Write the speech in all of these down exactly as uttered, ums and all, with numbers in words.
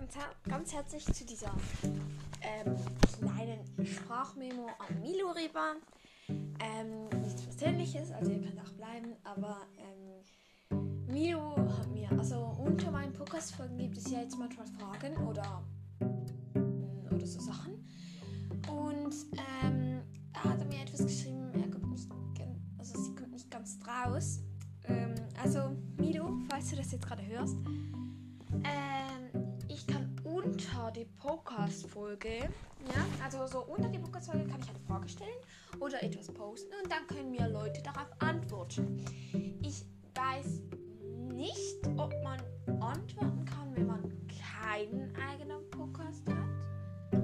ganz, ganz herzlich zu dieser ähm, kleinen Sprachmemo an Milo rüber. Ähm, nichts Persönliches, also ihr könnt auch bleiben, aber ähm, Milo hat mir, also unter meinen Podcast-Folgen gibt es ja jetzt manchmal Fragen oder, oder so Sachen. Und ähm, er hat mir etwas geschrieben, er kommt nicht, also sie kommt nicht ganz draus. Ähm, also Milo, falls du das jetzt gerade hörst, ähm, ich kann unter die Podcast-Folge, ja, also so unter die Podcast-Folge kann ich eine Frage stellen oder etwas posten und dann können mir Leute darauf antworten. Ich weiß nicht, ob man antworten kann, wenn man keinen eigenen Podcast hat.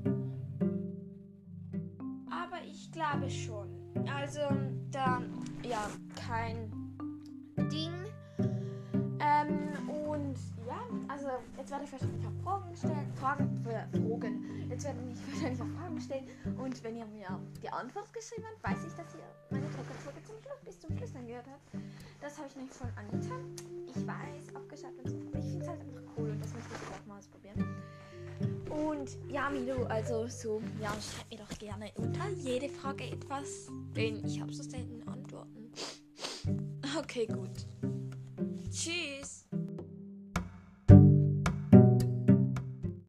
Aber ich glaube schon. Also, da, ja, kein Ding. Ähm, und ja, also jetzt werde ich wahrscheinlich auch Fragen stellen. Fragen für Fragen. Jetzt werde ich wahrscheinlich auch Fragen stellen. Und wenn ihr mir die Antwort geschrieben habt, weiß ich, dass ihr meine Podcast-Folge zum Schluss, bis zum Schluss angehört habt. Das habe ich nämlich von Anita. Ich weiß, abgeschaut und so. Aber ich finde es halt einfach cool und das möchte ich jetzt auch mal ausprobieren. Und ja, Milo, also so, ja, schreibt mir doch gerne unter jede Frage etwas, denn ich habe so selten Antworten. Okay, gut. Tschüss.